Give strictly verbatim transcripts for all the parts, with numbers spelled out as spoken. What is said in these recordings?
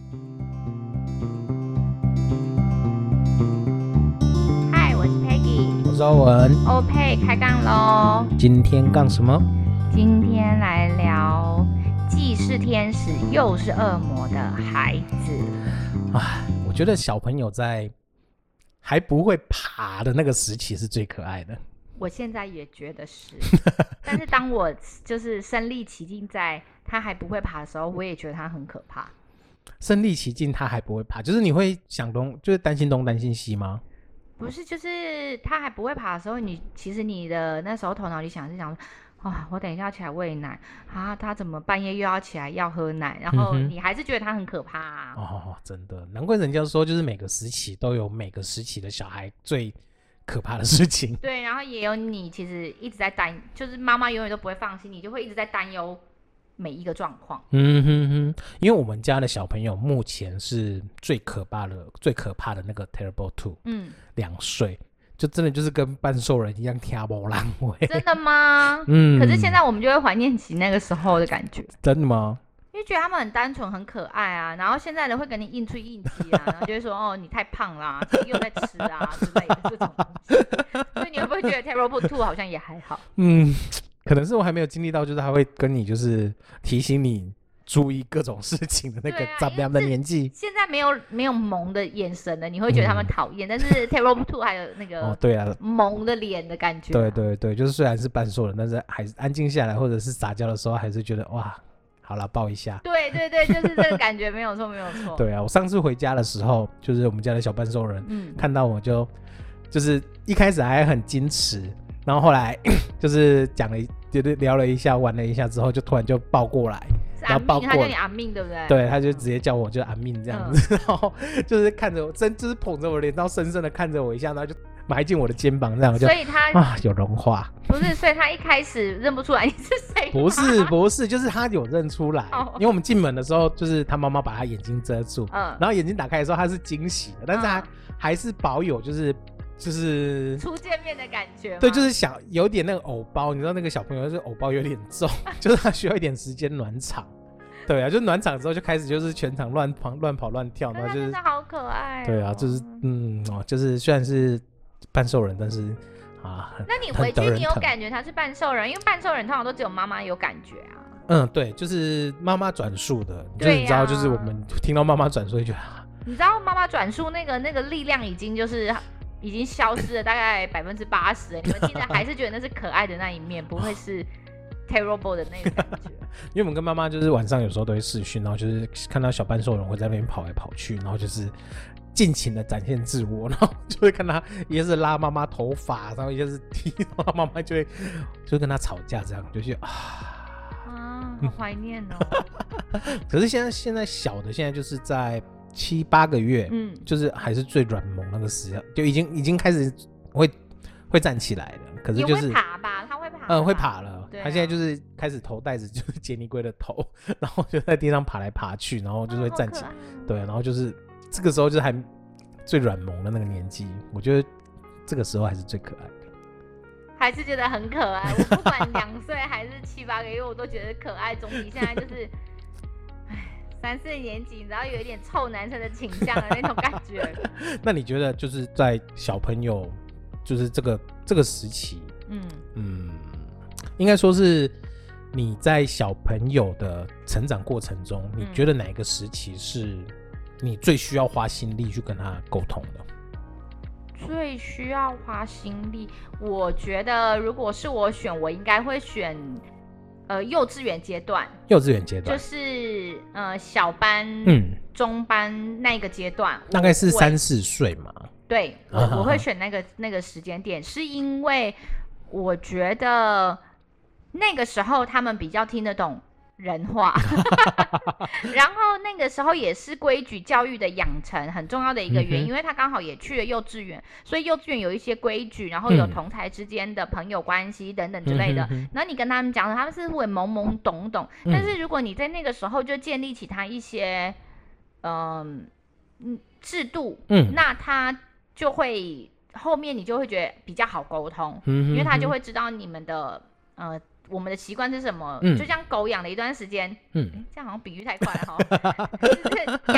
嗨，我是 Peggy， 我是欧文， 欧佩开杠喽。 今天杠什么？ 今天来聊既是天使又是恶魔的孩子。 啊，我觉得小朋友在还不会爬的那个时期是最可爱的。 我现在也觉得是，但是当我就是身临其境在他还不会爬的时候，我也觉得他很可怕。 身临其境，他还不会爬，就是你会想东，就是担心东担心西吗？ 不是，就是他还不会爬的时候，你其实你的那时候头脑里想是想说，啊，我等一下起来喂奶啊，他怎么半夜又要起来要喝奶？然后你还是觉得他很可怕啊。 嗯、哦，真的，难怪人家说，就是每个时期都有每个时期的小孩最可怕的事情。 对，然后也有你其实一直在担，就是妈妈永远都不会放心，你就会一直在担忧每一个状况。 嗯哼哼，因为我们家的小朋友目前是最可怕的、最可怕的那个 Terrible Two， 嗯，两岁。就真的就是跟半兽人一样听不浪味。 真的吗？嗯。可是现在我们就会怀念起那个时候的感觉。 真的吗？ 因为觉得他们很单纯很可爱啊，然后现在的会跟你硬吹硬气啊，然后就会说哦你太胖啦、啊，又在吃啊之类的这种东西。所以你会不会觉得 Terrible Two 好像也还好？ 嗯，可能是我还没有经历到，就是他会跟你就是提醒你注意各种事情的那个长样的年纪。 现在没有没有萌的眼神了，你会觉得他们讨厌、嗯，但是 Terrible Two 还有那个哦对啊萌的脸的感觉、啊。 对对对，就是虽然是半兽人，但是还是安静下来或者是撒娇的时候，还是觉得哇。好了，抱一下。 对对对，就是这个感觉，没有错，没有错。 对啊，我上次回家的时候，就是我们家的小半兽人，嗯，看到我就，就是一开始还很矜持，然后后来就是讲了，就是聊了一下，玩了一下之后，就突然就抱过来， 然后抱过来，他叫你阿命，对不对？ 对，他就直接叫我就阿命这样子，嗯、然后就是看着我，真就是捧着我脸，然后深深的看着我一下，然后就埋进我的肩膀，这样就， 所以他啊有融化。 不是，所以他一开始认不出来你是谁。 不是不是，就是他有认出来，哦、因为我们进门的时候，就是他妈妈把他眼睛遮住，嗯，然后眼睛打开的时候，他是惊喜的，但是他还是保有就是就是初见面的感觉。 对，就是想有点那个偶包，你知道那个小朋友就是偶包有点重，就是他需要一点时间暖场。对啊，就暖场之后就开始就是全场乱跑乱跑乱跳，然后就是真的好可爱、哦。 对啊，就是嗯哦，就是虽然是半兽人，但是。啊、 那你回去你有感觉他是半兽人，因为半兽人通常都只有妈妈有感觉啊。 嗯，对，就是妈妈转述的，就是你知道，就是我们听到妈妈转述就觉得， 你知道妈妈转述那个那个力量已经就是已经消失了大概百分之八十，你们听着还是觉得那是可爱的那一面，不会是 terrible 的那个感觉。 因为我们跟妈妈就是晚上有时候都会视讯，然后就是看到小半兽人会在那边跑来跑去，然后就是尽情的展现自我，然后就会看他一是拉妈妈头发，然后一是踢，然后妈妈就会就跟他吵架，这样就觉得啊啊，好怀念哦。 可是现在现在小的现在就是在七八个月，嗯，就是还是最软萌那个时候，就已经已经开始会会站起来了。可是就是也会爬吧，他会爬， 嗯，会爬了。 啊、 他现在就是开始头戴着就是杰尼龟的头，然后就在地上爬来爬去，然后就会站起来，对，然后就是。这个时候就是还最软萌的那个年纪，我觉得这个时候还是最可爱的， 还是觉得很可爱。我不管两岁还是七八个月，我都觉得可爱。总比现在就是，唉，三四年级，然后有一点臭男生的倾向的那种感觉。 那你觉得就是在小朋友，就是这个这个时期，嗯嗯，应该说是你在小朋友的成长过程中，你觉得哪个时期是？你最需要花心力去跟他沟通的？ 最需要花心力，我觉得如果是我选，我应该会选呃幼稚园阶段。 幼稚园阶段就是呃小班、嗯、中班那个阶段， 大概是三四岁嘛。 对，我, 我会选那个那个时间点，是因为我觉得那个时候他们比较听得懂。人话然后那个时候也是规矩教育的养成很重要的一个原因、嗯、因为他刚好也去了幼稚园，所以幼稚园有一些规矩，然后有同才之间的朋友关系等等之类的、嗯、然后你跟他们讲他们是会懵懵懂懂、嗯、但是如果你在那个时候就建立起他一些嗯、呃、制度、嗯、那他就会后面你就会觉得比较好沟通、嗯、因为他就会知道你们的呃我们的习惯是什么、嗯、就像狗养了一段时间、嗯、这样好像比喻太快了哈就是养了一段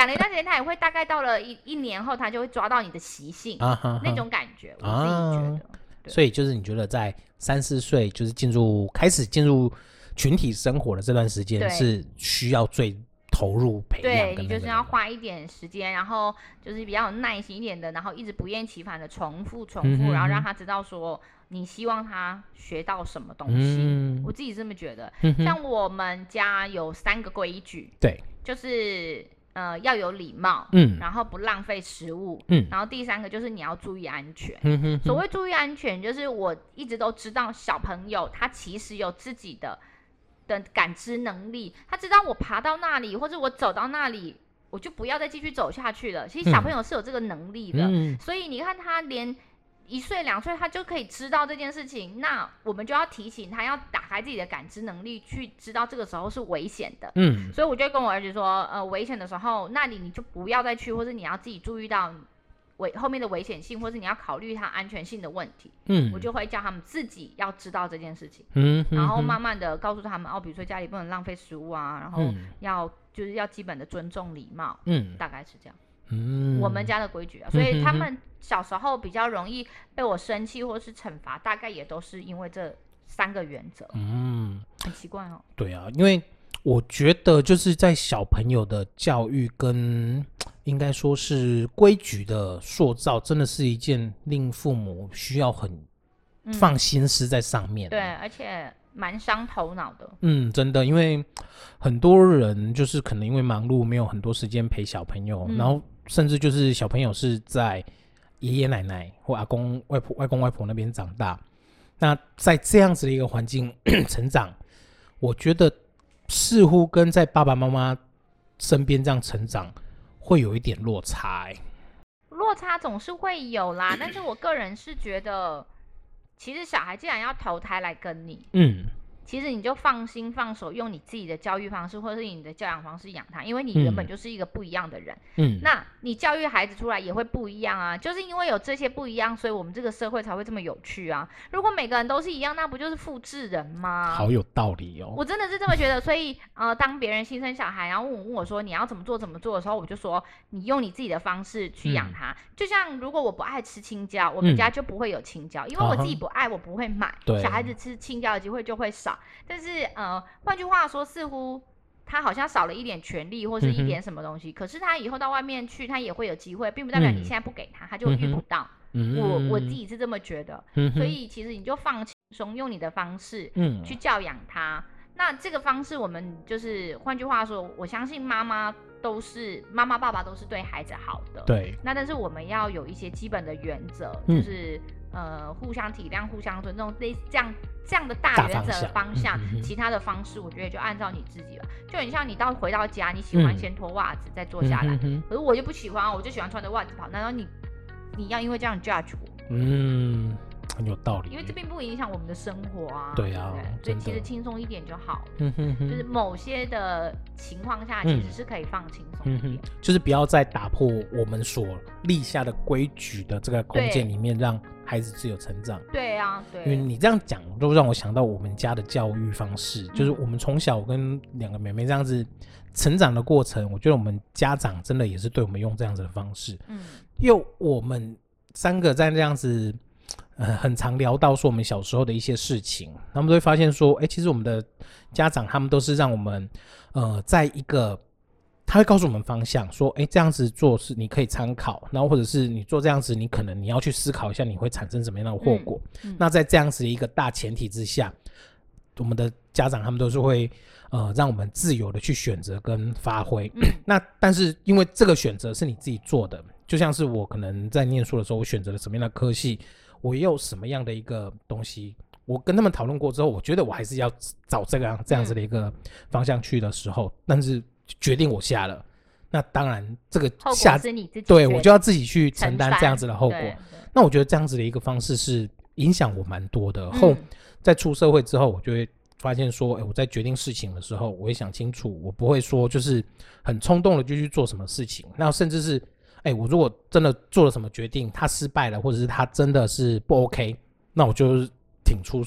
他也会大概到了一一年后，他就会抓到你的习性、啊、哈哈那种感觉，我自己觉得、啊、 所以就是你觉得在三四岁就是进入开始进入群体生活的这段时间是需要最投入培养， 对，你就是要花一点时间，然后就是比较有耐心一点的，然后一直不厌其烦的重复重复、嗯、然后让他知道说你希望他学到什么东西、嗯、我自己这么觉得、嗯、像我们家有三个规矩， 对， 就是呃要有礼貌，嗯，然后不浪费食物，嗯，然后第三个就是你要注意安全。嗯哼哼，所谓注意安全，就是我一直都知道小朋友他其实有自己的的感知能力，他知道我爬到那里或者我走到那里，我就不要再继续走下去了。其实小朋友是有这个能力的，嗯、所以你看他连一岁两岁他就可以知道这件事情，那我们就要提醒他要打开自己的感知能力，去知道这个时候是危险的。嗯，所以我就跟我儿子说，呃，危险的时候，那你你就不要再去，或者你要自己注意到危后面的危险性，或是你要考虑它安全性的问题。嗯，我就会叫他们自己要知道这件事情。嗯，然后慢慢的告诉他们，哦，比如说家里不能浪费食物啊，然后要、嗯、就是要基本的尊重礼貌。嗯，大概是这样。嗯，我们家的规矩啊，所以他们小时候比较容易被我生气或是惩罚，大概也都是因为这三个原则。嗯，很奇怪哦。 对啊，因为我觉得就是在小朋友的教育跟应该说是规矩的塑造，真的是一件令父母需要很放心思在上面、 嗯、对，而且蛮伤头脑的。 嗯，真的，因为很多人就是可能因为忙碌没有很多时间陪小朋友、嗯、然后甚至就是小朋友是在爷爷奶奶或阿公外婆外公外婆那边长大，那在这样子的一个环境成长，我觉得似乎跟在爸爸妈妈身边这样成长会有一点落差、欸、 落差总是会有啦，但是我个人是觉得其实小孩既然要投胎来跟你，嗯，其实你就放心放手，用你自己的教育方式或是你的教养方式养他，因为你原本就是一个不一样的人，嗯，那你教育孩子出来也会不一样啊，就是因为有这些不一样，所以我们这个社会才会这么有趣啊。如果每个人都是一样，那不就是复制人吗？ 好有道理哦， 我真的是这么觉得。所以呃，当别人新生小孩然后问我问我说你要怎么做怎么做的时候，我就说你用你自己的方式去养他、嗯、就像如果我不爱吃青椒，我们家就不会有青椒、嗯、因为我自己不爱我不会买，小孩子吃青椒的机会就会少。但是呃，换句话说，似乎他好像少了一点权利或是一点什么东西、嗯、可是他以后到外面去他也会有机会，并不代表你现在不给他、嗯、他就遇不到、嗯、我我自己是这么觉得、嗯、所以其实你就放轻松，用你的方式去教养他、嗯、那这个方式我们就是换句话说，我相信妈妈都是妈妈爸爸都是对孩子好的， 对， 那但是我们要有一些基本的原则、嗯、就是呃，互相体谅互相尊重，类似这样这样的大原则的方向、嗯嗯、其他的方式我觉得就按照你自己了。就很像你到回到家你喜欢先脱袜子、嗯、再坐下来、嗯嗯、可是我就不喜欢，我就喜欢穿着袜子跑，难道你你要因为这样 judge 我？ 嗯，很有道理， 因为这并不影响我们的生活啊。 对啊， 对，所以其实轻松一点就好。嗯哼哼，就是某些的情况下其实是可以放轻松一点、嗯、 就是不要再打破我们所立下的规矩的这个空间里面，让孩子自由成长。 对啊，对， 因为你这样讲就让我想到我们家的教育方式、嗯、就是我们从小跟两个妹妹这样子成长的过程，我觉得我们家长真的也是对我们用这样子的方式。嗯，因为我们三个在这样子呃，很常聊到说我们小时候的一些事情，他们都会发现说，哎、欸，其实我们的家长他们都是让我们，呃，在一个，他会告诉我们方向，说，哎、欸，这样子做是你可以参考，然后或者是你做这样子，你可能你要去思考一下，你会产生什么样的后果。嗯嗯、那在这样子一个大前提之下，我们的家长他们都是会，呃，让我们自由的去选择跟发挥。嗯、那但是因为这个选择是你自己做的，就像是我可能在念书的时候，我选择了什么样的科系。我也有什么样的一个东西，我跟他们讨论过之后，我觉得我还是要找这个这样子的一个方向去的时候，嗯、但是决定我下了，那当然这个下后果是你自己对我就要自己去承担这样子的后果。那我觉得这样子的一个方式是影响我蛮多的。嗯、后在出社会之后，我就会发现说，欸、我在决定事情的时候，我会想清楚，我不会说就是很冲动的就去做什么事情，那甚至是。哎、欸，我如果真的做了什么决定，他失败了，或者是他真的是不 OK， 那我就挺出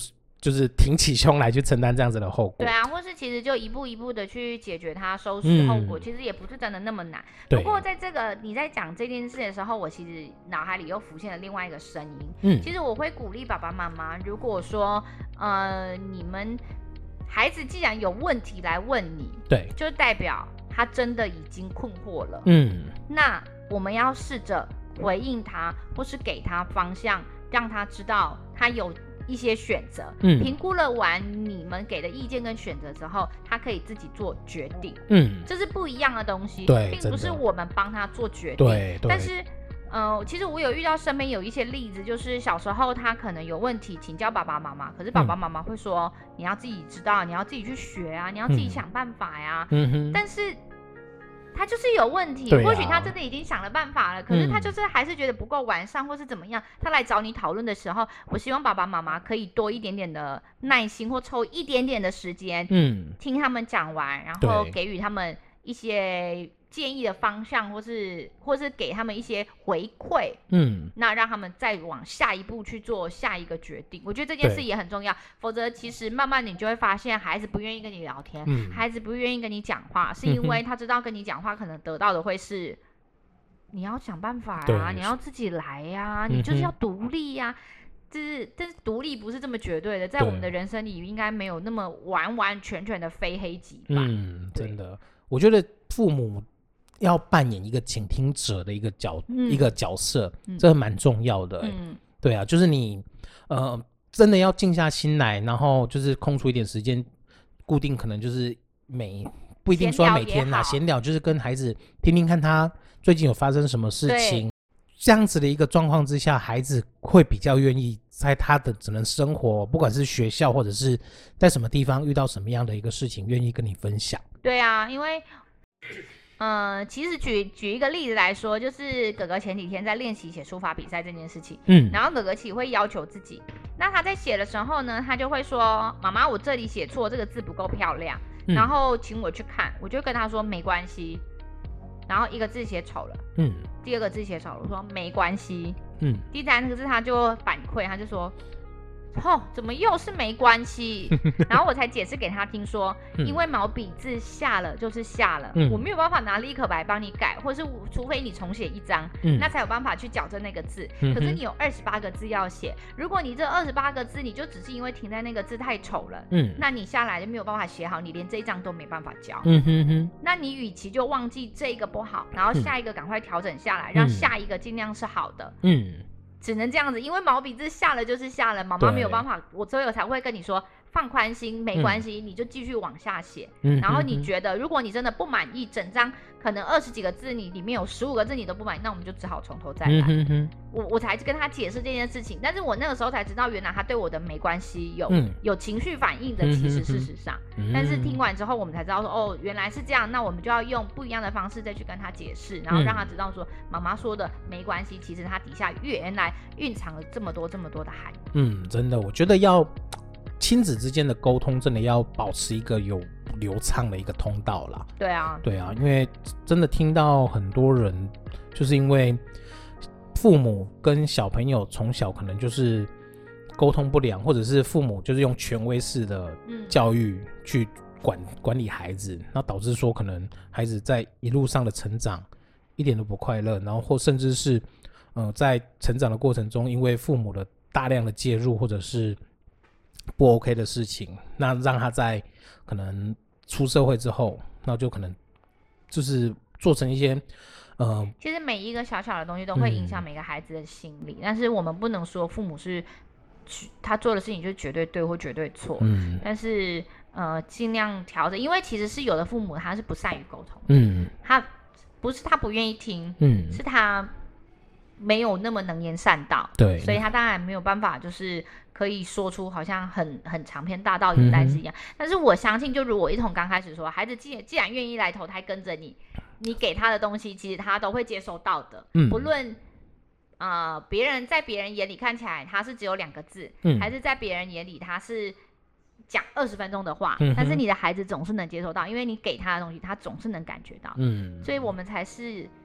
就是挺起胸来去承担这样子的后果。 对啊，或是其实就一步一步的去解决它，收拾后果，嗯、其实也不是真的那么难。不过在这个你在讲这件事的时候，我其实脑海里又浮现了另外一个声音。嗯，其实我会鼓励爸爸妈妈，如果说呃你们孩子既然有问题来问你， 对， 就代表他真的已经困惑了。 嗯， 那我们要试着回应他，或是给他方向，让他知道他有一些选择，嗯，评估了完你们给的意见跟选择之后，他可以自己做决定，嗯，这是不一样的东西， 对， 并不是我们帮他做决定， 对， 但是，呃，其实我有遇到身边有一些例子，就是小时候他可能有问题请教爸爸妈妈，可是爸爸妈妈会说、嗯、你要自己知道，你要自己去学啊，你要自己想办法呀，嗯哼，但是。他就是有问题、啊、或许他真的已经想了办法了，可是他就是还是觉得不够完善、嗯、或是怎么样，他来找你讨论的时候，我希望爸爸妈妈可以多一点点的耐心，或抽一点点的时间，嗯，听他们讲完，然后给予他们一些建议的方向，或是或是给他们一些回馈，嗯，那让他们再往下一步去做下一个决定。我觉得这件事也很重要，否则其实慢慢你就会发现，孩子不愿意跟你聊天，嗯、孩子不愿意跟你讲话，是因为他知道跟你讲话可能得到的会是你要想办法啊，你要自己来呀、啊，你就是要独立呀、啊。就是但是独立不是这么绝对的，在我们的人生里应该没有那么完完全全的非黑即白。 嗯，真的，我觉得父母要扮演一个倾听者的一个角、嗯、一个角色，嗯、这蛮重要的、欸嗯。对啊，就是你呃真的要静下心来，然后就是空出一点时间，固定可能就是每不一定说每天啦，闲聊就是跟孩子听听看他最近有发生什么事情。这样子的一个状况之下，孩子会比较愿意在他的只能生活，不管是学校或者是在什么地方遇到什么样的一个事情，愿意跟你分享。 对啊，因为呃，其实举举一个例子来说，就是哥哥前几天在练习写书法比赛这件事情，嗯，然后哥哥其实会要求自己，那他在写的时候呢，他就会说：“妈妈，我这里写错，这个字不够漂亮。嗯”然后请我去看，我就跟他说没关系。然后一个字写丑了，嗯，第二个字写丑了，我说没关系，嗯，第三个字他就反馈，他就说，哦，怎么又是没关系？然后我才解释给他听说，嗯、因为毛笔字下了就是下了，嗯、我没有办法拿立可白帮你改，或是除非你重写一张，嗯、那才有办法去矫正那个字。嗯、可是你有二十八个字要写，如果你这二十八个字你就只是因为停在那个字太丑了，嗯，那你下来就没有办法写好，你连这一张都没办法交。嗯哼哼，那你与其就忘记这个不好，然后下一个赶快调整下来，嗯、让下一个尽量是好的。嗯。只能这样子，因为毛笔字下了就是下了，妈妈没有办法，我所以我才会跟你说放宽心，没关系、嗯，你就继续往下写、嗯。然后你觉得，如果你真的不满意，整张可能二十几个字，你里面有十五个字你都不满意，那我们就只好从头再来。嗯、哼哼我我才跟他解释这件事情，但是我那个时候才知道，原来他对我的没关系有、嗯、有情绪反应的，其实事实上、嗯，但是听完之后我们才知道说，哦，原来是这样，那我们就要用不一样的方式再去跟他解释，然后让他知道说，妈妈说的没关系，其实他底下原来蕴藏了这么多这么多的含义。嗯， 真的，我觉得要亲子之间的沟通，真的要保持一个有流畅的一个通道啦。 对啊， 对啊，因为真的听到很多人，就是因为父母跟小朋友从小可能就是沟通不良，或者是父母就是用权威式的教育去管、嗯、管理孩子，那导致说可能孩子在一路上的成长一点都不快乐，然后或甚至是呃在成长的过程中，因为父母的大量的介入或者是不 OK 的事情，那让他在可能出社会之后，那就可能就是做成一些呃， 其实每一个小小的东西都会影响每个孩子的心理、嗯、但是我们不能说父母是他做的事情就绝对对或绝对错、嗯、但是呃尽量调整，因为其实是有的父母他是不善于沟通，嗯，他不是他不愿意听，嗯，是他没有那么能言善道， 对， 所以他当然没有办法就是可以说出好像很很长篇大道的但是一样、嗯、但是我相信就如我一同刚开始说，孩子既既然愿意来投胎跟着你，你给他的东西其实他都会接收到的、嗯、不论呃别人在别人眼里看起来他是只有两个字、嗯、还是在别人眼里他是讲二十分钟的话、嗯、但是你的孩子总是能接收到，因为你给他的东西他总是能感觉到，嗯，所以我们才是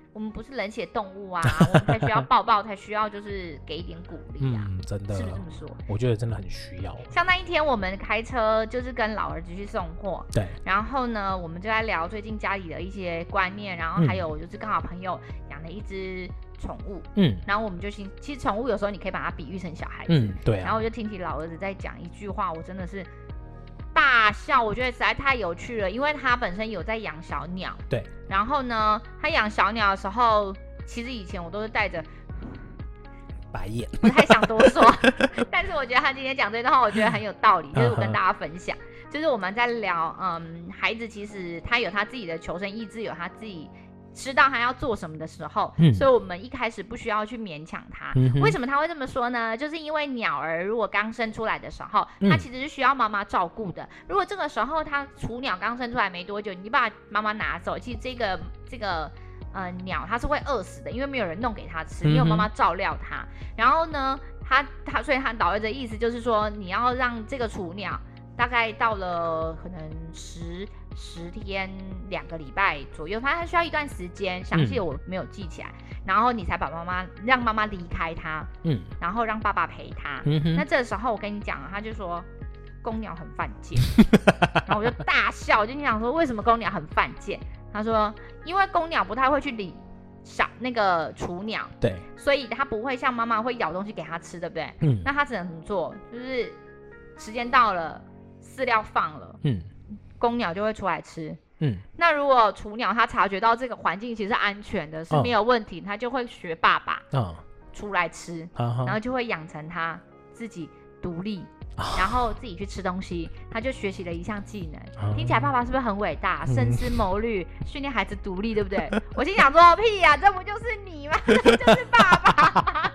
我们不是冷血动物啊，我们才需要抱抱，才需要就是给一点鼓励啊， 嗯，真的， 是不是这么说？ 我觉得真的很需要。 像那一天我们开车就是跟老儿子去送货， 对， 然后呢，我们就在聊最近家里的一些观念，然后还有就是刚好朋友养了一只宠物，嗯，然后我们就其实宠物有时候你可以把它比喻成小孩子， 嗯，对啊， 然后我就听起老儿子在讲一句话，我真的是大笑，我觉得实在太有趣了，因为他本身有在养小鸟， 对， 然后呢，他养小鸟的时候，其实以前我都是带着白眼， 不太想多说，但是我觉得他今天讲这段话，我觉得很有道理，就是我跟大家分享，就是我们在聊，嗯，孩子其实他有他自己的求生意志，有他自己知道他要做什么的时候，嗯、所以我们一开始不需要去勉强他。嗯、为什么他会这么说呢？就是因为鸟儿如果刚生出来的时候，它其实是需要妈妈照顾的。如果这个时候它雏鸟刚生出来没多久，你把妈妈拿走，其实这个这个呃鸟它是会饿死的，因为没有人弄给它吃，没有妈妈照料它。然后呢，它它所以它导儿的意思就是说，你要让这个雏鸟大概到了可能十。十天两个礼拜左右，它需要一段时间，详细我没有记起来、嗯、然后你才把妈妈让妈妈离开它，嗯，然后让爸爸陪它、嗯、那这时候我跟你讲啊，他就说公鸟很犯贱然后我就大笑，我就想说为什么公鸟很犯贱？他说因为公鸟不太会去理小那个雏鸟，对，所以它不会像妈妈会咬东西给它吃，对不对？嗯，那它只能怎么做？就是时间到了，饲料放了，嗯，公鸟就会出来吃，嗯，那如果雏鸟它察觉到这个环境其实是安全的，是没有问题，它、哦、就会学爸爸，哦，出来吃，哦、然后就会养成它自己独立，哦、然后自己去吃东西，它就学习了一项技能。哦、听起来爸爸是不是很伟大？深思谋虑，训练孩子独立，对不对？我心想说屁呀、啊，这不就是你吗？这不就是爸爸吗？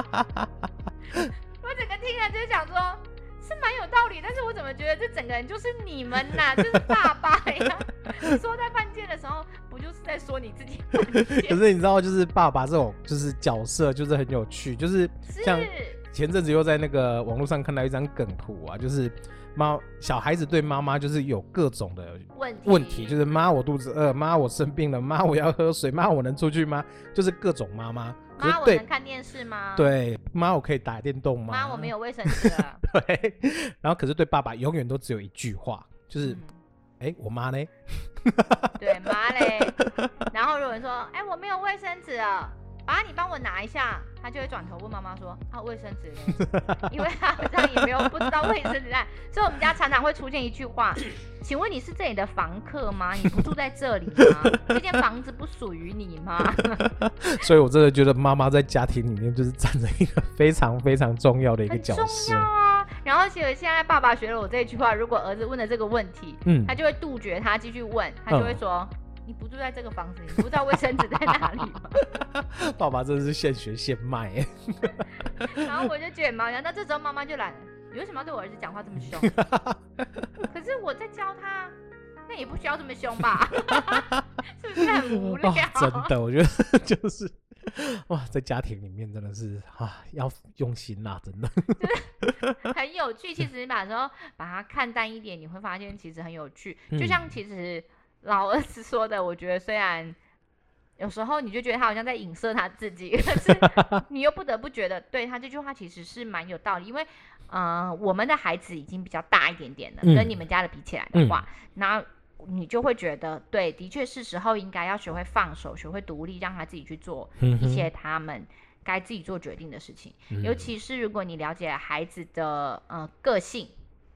我整个听了就想说。是蛮有道理，但是我怎么觉得这整个人就是你们呐、啊，就是爸爸呀！说在犯贱的时候，不就是在说你自己犯贱？可是你知道，就是爸爸这种就是角色，就是很有趣，就是像前阵子又在那个网络上看到一张梗图啊，就是妈小孩子对妈妈就是有各种的问题，问题就是妈我肚子饿，妈我生病了，妈我要喝水，妈我能出去吗？就是各种妈妈。 妈，我能看电视吗？ 对，妈，我可以打电动吗？ 妈，我没有卫生纸了。 对，然后可是对爸爸永远都只有一句话，就是，哎、嗯欸，我妈呢？ 对，妈嘞。然后如果说，哎、欸，我没有卫生纸了，爸，你帮我拿一下，他就会转头问妈妈说，啊，卫生纸呢？因为他好像也没有不知道卫生纸在，所以我们家常常会出现一句话，请问你是这里的房客吗？你不住在这里吗？这间房子不属于你吗？ 所以我真的觉得妈妈在家庭里面就是占着一个非常非常重要的一个角色。 很重要啊。然后其实现在爸爸学了我这一句话，如果儿子问了这个问题，嗯，他就会杜绝他继续问，他就会说。嗯，你不住在这个房子里，你不知道卫生纸在哪里吗？ 爸爸真的是现学现卖耶。 然后我就觉得蛮，那这时候妈妈就来了，你为什么要对我儿子讲话这么凶？可是我在教他，那也不需要这么凶吧？是不是很无聊？ 真的，我觉得就是哇，在家庭里面真的是啊，要用心啦，真的。 就是很有趣，其实把时候把它看淡一点，你会发现其实很有趣。就像其实。老儿子说的，我觉得虽然有时候你就觉得他好像在影射他自己，可是你又不得不觉得，对他这句话其实是蛮有道理。因为，呃，我们的孩子已经比较大一点点了，嗯、跟你们家的比起来的话，那、嗯、你就会觉得，对，的确是时候应该要学会放手，学会独立，让他自己去做一些他们该自己做决定的事情。嗯、尤其是如果你了解孩子的呃个性。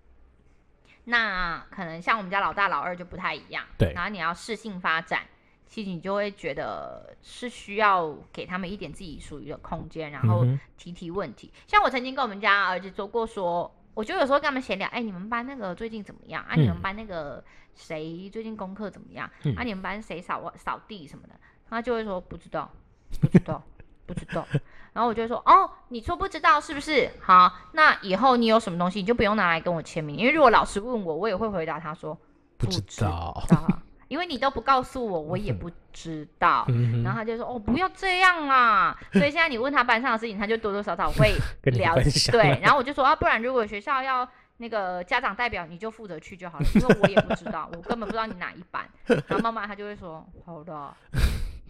那可能像我们家老大老二就不太一样，对，然后你要适性发展，其实你就会觉得是需要给他们一点自己属于的空间，然后提提问题。嗯、像我曾经跟我们家儿子说过说，我就有时候跟他们闲聊，哎，你们班那个最近怎么样啊？嗯、你们班那个谁最近功课怎么样？嗯、啊，你们班谁扫扫地什么的？他就会说不知道，不知道，不知道。然后我就说，哦，你说不知道是不是？好，那以后你有什么东西，你就不用拿来跟我签名，因为如果老师问我，我也会回答他说不知道， 不知道因为你都不告诉我，我也不知道。嗯、然后他就说，哦，不要这样啦。所以现在你问他班上的事情，他就多多少少会了解。对，然后我就说，啊，不然如果学校要那个家长代表，你就负责去就好了，因为我也不知道，我根本不知道你哪一班。然后妈妈她就会说，好的。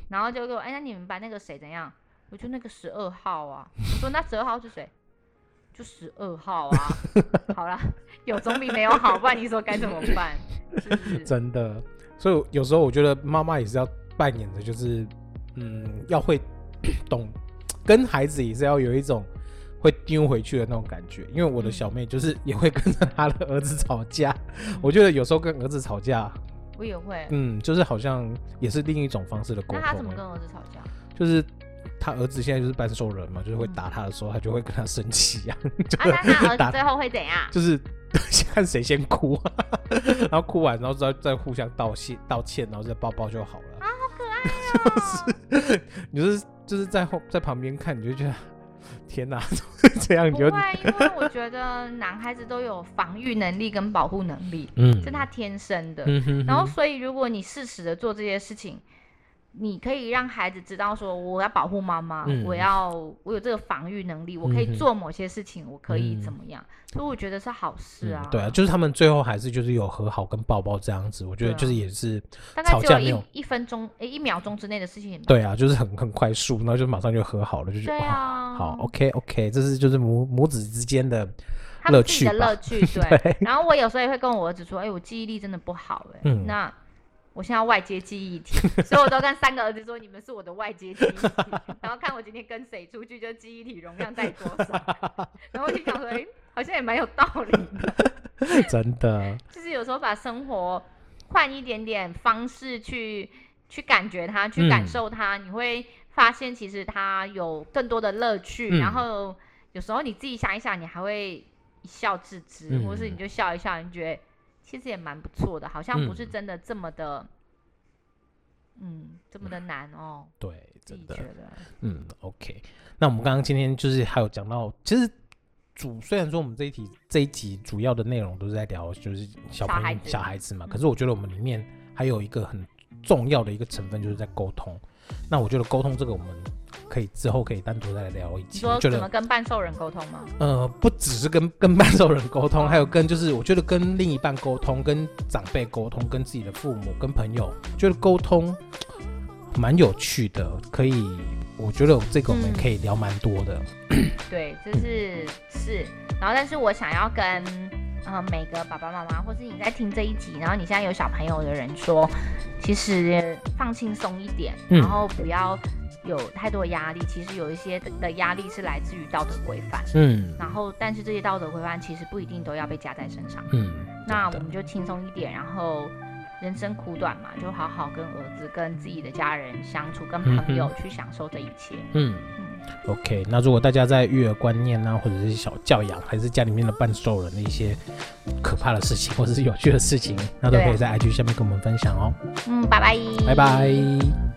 然后就给我，哎，那你们班那个谁怎样？我就那个十二号啊。我说那十二号是谁？就十二号啊。好啦，有总比没有好，不然你说该怎么办？是是真的，所以有时候我觉得妈妈也是要扮演的，就是嗯，要会懂跟孩子也是要有一种会丢回去的那种感觉。因为我的小妹就是也会跟着她的儿子吵架，嗯、我觉得有时候跟儿子吵架。 我也会， 嗯，就是好像也是另一种方式的沟通。 那他怎么跟儿子吵架？ 就是他儿子现在就是半兽人嘛，就是会打他的时候，嗯、他就会跟他生气啊。 啊，那他儿子最后会怎样？ 就是看谁先哭，然后哭完，然后再再互相道歉道歉，然后再抱抱就好了。 啊，好可爱哦！ 就是你就是就是在后在旁边看，你就觉得。天哪，这样你就不会，因为我觉得男孩子都有防御能力跟保护能力， 嗯， 这是他天生的。 嗯、哼哼然后，所以如果你适时的做这些事情，你可以让孩子知道说，我要保护妈妈，嗯、我要我有这个防御能力，我可以做某些事情，嗯、我可以怎么样？所以我觉得是好事啊。 嗯、对啊，就是他们最后还是就是有和好跟抱抱这样子，我觉得就是也是吵架没有大概只有 一, 一分钟、欸、一秒钟之内的事情。 对啊，就是很很快速，然后就马上就和好了，就觉得对啊， 好 OK OK， 这是就是母母子之间的乐趣吧， 他们自己的乐趣 对, 对。然后我有时候也会跟我儿子说，哎、欸，我记忆力真的不好哎、欸，嗯，那。我现在要外接记忆体，所以我都跟三个儿子说，你们是我的外接记忆体，然后看我今天跟谁出去，就记忆体容量在多少。然后我就想说，哎、欸，好像也蛮有道理的。 真的， 就是有时候把生活换一点点方式去去感觉它，去感受它，嗯、你会发现其实它有更多的乐趣。嗯、然后有时候你自己想一想，你还会一笑置之，嗯、或是你就笑一笑，你觉得。其实也蛮不错的，好像不是真的这么的，嗯，嗯这么的难哦。 对，真的。 觉得嗯 ，OK。那我们刚刚今天就是还有讲到，其实主虽然说我们这一题这一集主要的内容都是在聊就是小朋友 小孩, 小孩子嘛、嗯，可是我觉得我们里面还有一个很重要的一个成分就是在沟通。那我觉得沟通这个我们可以之后可以单独再来聊一集。 你说怎么跟半兽人沟通吗？ 呃，不只是跟跟半兽人沟通，还有跟就是我觉得跟另一半沟通、跟长辈沟通、跟自己的父母、跟朋友，觉得沟通蛮有趣的。可以，我觉得这个我们可以聊蛮多的。 嗯、对，这是是。然后，但是我想要跟呃每个爸爸妈妈，或是你在听这一集，然后你现在有小朋友的人说，其实放轻松一点，然后不要有太多压力。其实有一些的压力是来自于道德规范，嗯，然后但是这些道德规范其实不一定都要被加在身上，嗯，那我们就轻松一点，然后人生苦短嘛，就好好跟儿子、跟自己的家人相处，跟朋友去享受这一切，嗯。嗯 OK， 那如果大家在育儿观念啊，或者是小教养，还是家里面的半兽人的一些可怕的事情，或者是有趣的事情，那都可以在 I G 下面跟我们分享哦。 嗯，拜拜， 拜拜。